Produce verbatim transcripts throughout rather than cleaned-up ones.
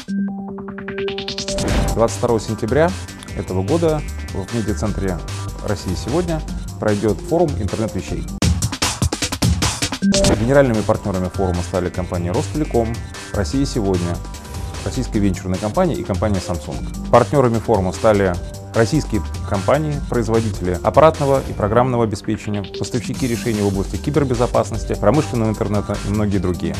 двадцать второго сентября этого года в медиацентре «Россия сегодня» пройдет форум «Интернет вещей». Генеральными партнерами форума стали компания «Ростелеком», «Россия сегодня», российская венчурная компания и компания Samsung. Партнерами форума стали российские компании, производители аппаратного и программного обеспечения, поставщики решений в области кибербезопасности, промышленного интернета и многие другие.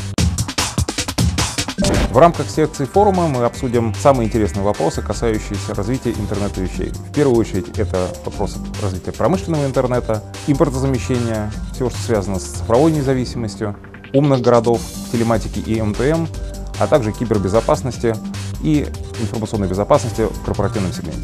В рамках секции форума мы обсудим самые интересные вопросы, касающиеся развития интернета вещей. В первую очередь это вопросы развития промышленного интернета, импортозамещения, всего, что связано с цифровой независимостью, умных городов, телематики и эм тэ эм, а также кибербезопасности и информационной безопасности в корпоративном сегменте.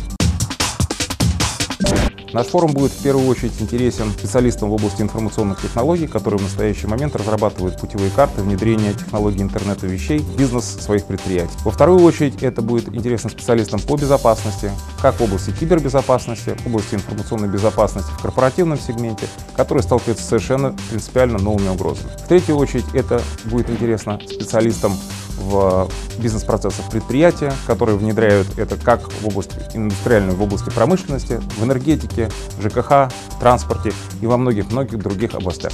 Наш форум будет в первую очередь интересен специалистам в области информационных технологий, которые в настоящий момент разрабатывают путевые карты внедрения технологий интернета вещей в бизнес своих предприятий. Во вторую очередь это будет интересно специалистам по безопасности, как в области кибербезопасности, в области информационной безопасности в корпоративном сегменте, которые сталкиваются с совершенно принципиально новыми угрозами. В третью очередь это будет интересно специалистам в бизнес-процессах предприятия, которые внедряют это как в области индустриальной, в области промышленности, в энергетике, жэ ка ха, транспорте и во многих-многих других областях.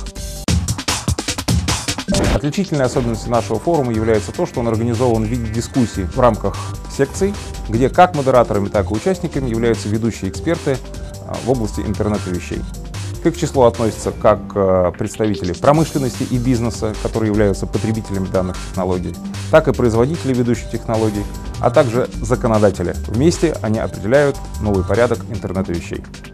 Отличительной особенностью нашего форума является то, что он организован в виде дискуссий в рамках секций, где как модераторами, так и участниками являются ведущие эксперты в области интернета вещей. К их числу относятся как представители промышленности и бизнеса, которые являются потребителями данных технологий, так и производители ведущих технологий, а также законодатели. Вместе они определяют новый порядок интернета вещей.